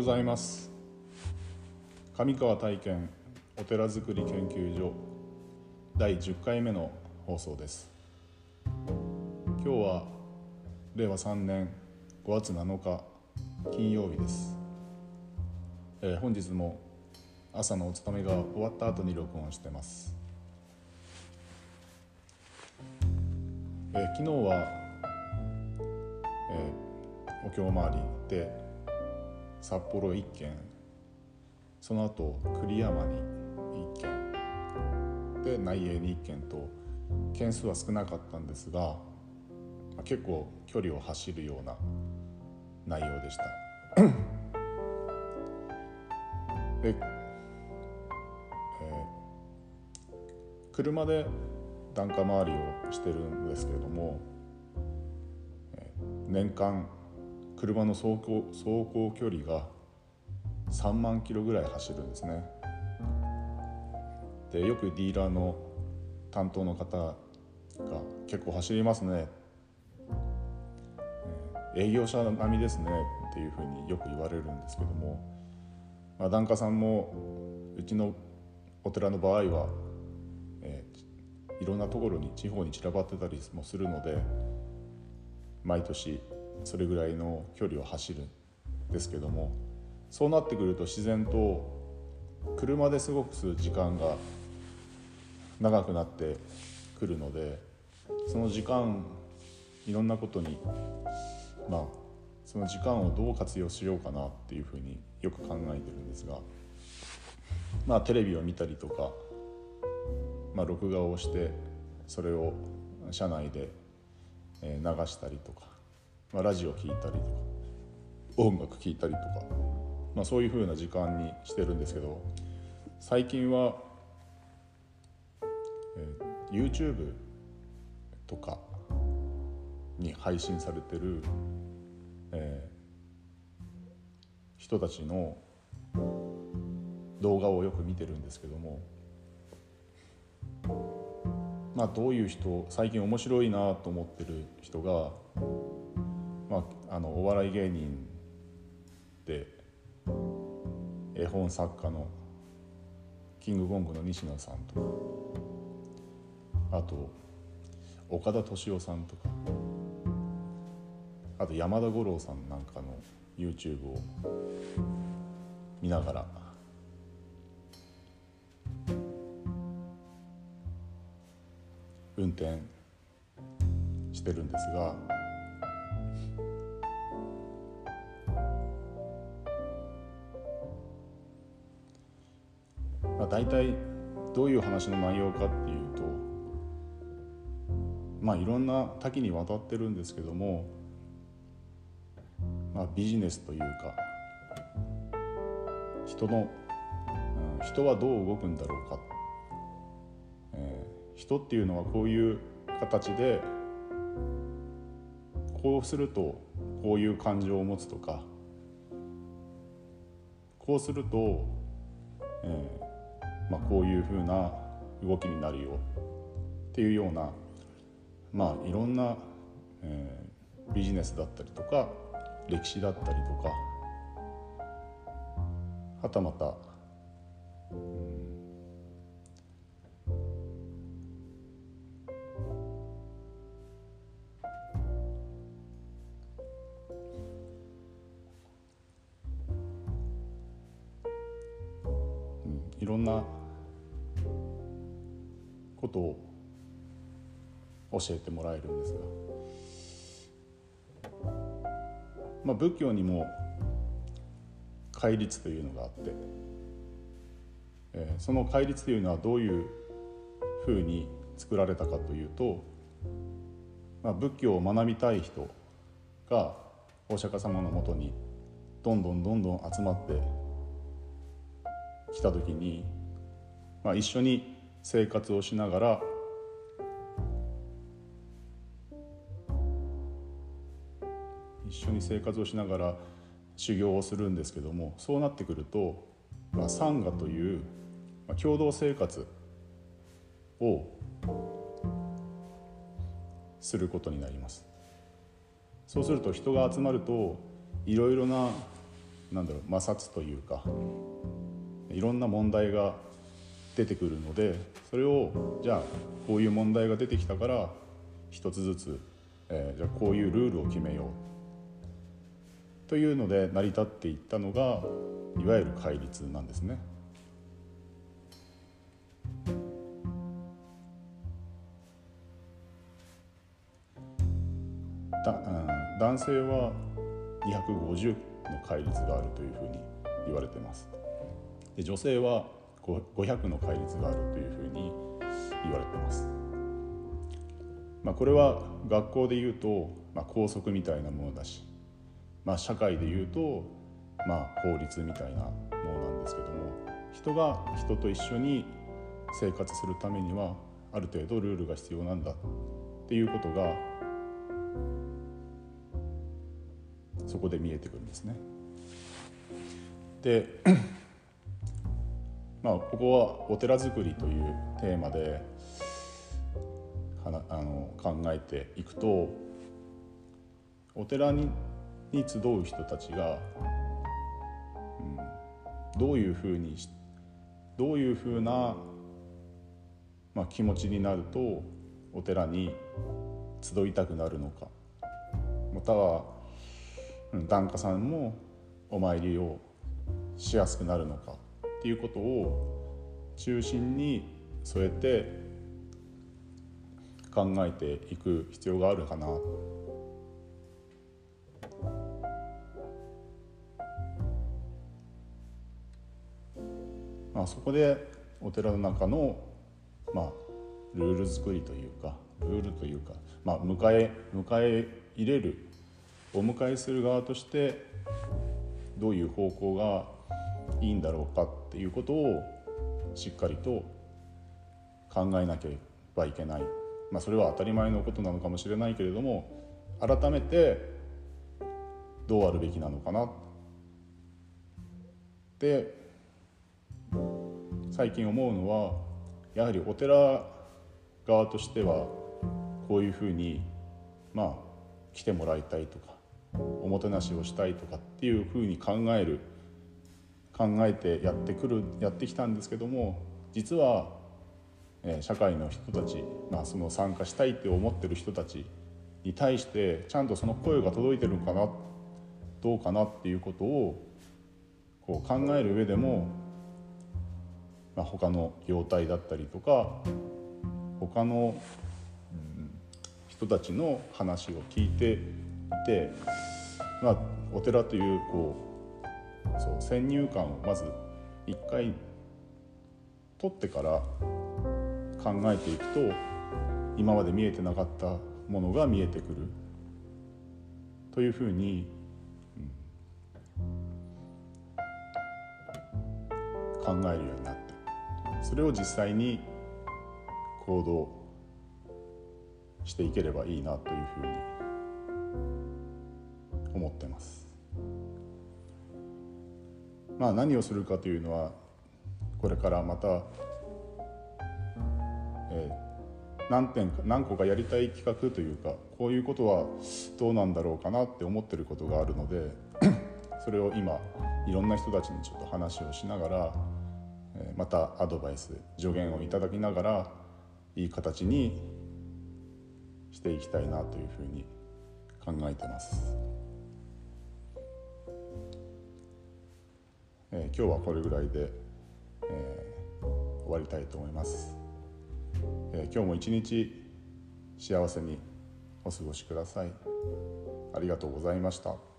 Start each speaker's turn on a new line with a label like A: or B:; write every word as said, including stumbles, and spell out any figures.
A: ございます。上川体験お寺づくり研究所だいじゅっかいめの放送です。今日はれいわさんねんごがつなのか金曜日です。えー、本日も朝のお勤めが終わった後に録音してます。えー、昨日は、えー、お経回りで札幌いっけん、その後栗山にいっけんで内営にいっけんと件数は少なかったんですが、結構距離を走るような内容でしたで、えー、車で檀家回りをしてるんですけれども、えー、年間車の走行、走行距離がさんまんキロぐらい走るんですね。で、よくディーラーの担当の方が結構走りますね、営業者並みですねっていうふうによく言われるんですけども、まあ、檀家さんもうちのお寺の場合は、えー、いろんなところに地方に散らばってたりもするので、毎年それぐらいの距離を走るんですけども、そうなってくると自然と車で過ごす時間が長くなってくるので、その時間いろんなことに、まあその時間をどう活用しようかなっていうふうによく考えてるんですが、まあテレビを見たりとか、まあ、録画をしてそれを車内で流したりとか、まあ、ラジオ聞いたりとか音楽聴いたりとか、まあ、そういう風な時間にしてるんですけど、最近は、えー、YouTube とかに配信されてる、えー、人たちの動画をよく見てるんですけども、まあ、どういう人、最近面白いなと思ってる人が、まあ、あのお笑い芸人で絵本作家のキングコングの西野さんとか、あと岡田敏夫さんとか、あと山田五郎さんなんかの YouTube を見ながら運転してるんですが、まあ、大体どういう話の内容かっていうと、まあいろんな多岐にわたってるんですけども、まあ、ビジネスというか人の、うん、人はどう動くんだろうか、えー、人っていうのはこういう形でこうするとこういう感情を持つとか、こうすると、えーまあ、こういうふうな動きになるよっていうような、まあいろんな、えー、ビジネスだったりとか歴史だったりとか、はたまた、うん、いろんなことを教えてもらえるんですが、まあ、仏教にも戒律というのがあって、えー、その戒律というのはどういうふうに作られたかというと、まあ、仏教を学びたい人がお釈迦様のもとにどんどんどんどん集まってきたときに、まあ、一緒に生活をしながら一緒に生活をしながら修行をするんですけども、そうなってくると、まあ、サンガという、まあ、共同生活をすることになります。そうすると人が集まるといろいろななんだろう摩擦というかいろんな問題が出てくるので、それをじゃあこういう問題が出てきたから一つずつ、えー、じゃあこういうルールを決めようというので成り立っていったのがいわゆる戒律なんですね。だ、うん、男性はにひゃくごじゅうの戒律があるというふうに言われています。で女性はごひゃくの戒律があるというふうに言われています。まあ、これは学校でいうと、まあ、校則みたいなものだし、まあ、社会でいうと、まあ、法律みたいなものなんですけども、人が人と一緒に生活するためにはある程度ルールが必要なんだっていうことがそこで見えてくるんですね。でまあ、ここはお寺づくりというテーマであの考えていくと、お寺にに集う人たちが、うん、どういうふうにどういうふうな、まあ、気持ちになるとお寺に集いたくなるのか、または、うん、檀家さんもお参りをしやすくなるのかっていうことを中心に添えて考えていく必要があるかな。まあ、そこでお寺の中の、まあ、ルール作りというかルールというか、まあ、迎え迎え入れるお迎えする側としてどういう方向がいいんだろうかっていうことをしっかりと考えなければいけない。まあ、それは当たり前のことなのかもしれないけれども、改めてどうあるべきなのかなって最近思うのは、やはりお寺側としてはこういうふうにまあ来てもらいたいとかおもてなしをしたいとかっていうふうに考える考えてやってくるやってきたんですけども、実は、えー、社会の人たち、まあ、その参加したいって思ってる人たちに対してちゃんとその声が届いてるのかなどうかなっていうことをこう考える上でも、まあ、他の業態だったりとか他の、うん、人たちの話を聞いていて、まあ、お寺というこうそう先入観をまず一回取ってから考えていくと、今まで見えてなかったものが見えてくるというふうに、うん、考えるようになって、それを実際に行動していければいいなというふうに思ってます。まあ、何をするかというのはこれからまた、えー、何点か何個かやりたい企画というか、こういうことはどうなんだろうかなって思ってることがあるのでそれを今いろんな人たちにちょっと話をしながら、えー、またアドバイス助言をいただきながらいい形にしていきたいなというふうに考えてます。えー、今日はこれぐらいで、えー、終わりたいと思います。えー、今日も一日幸せにお過ごしください。ありがとうございました。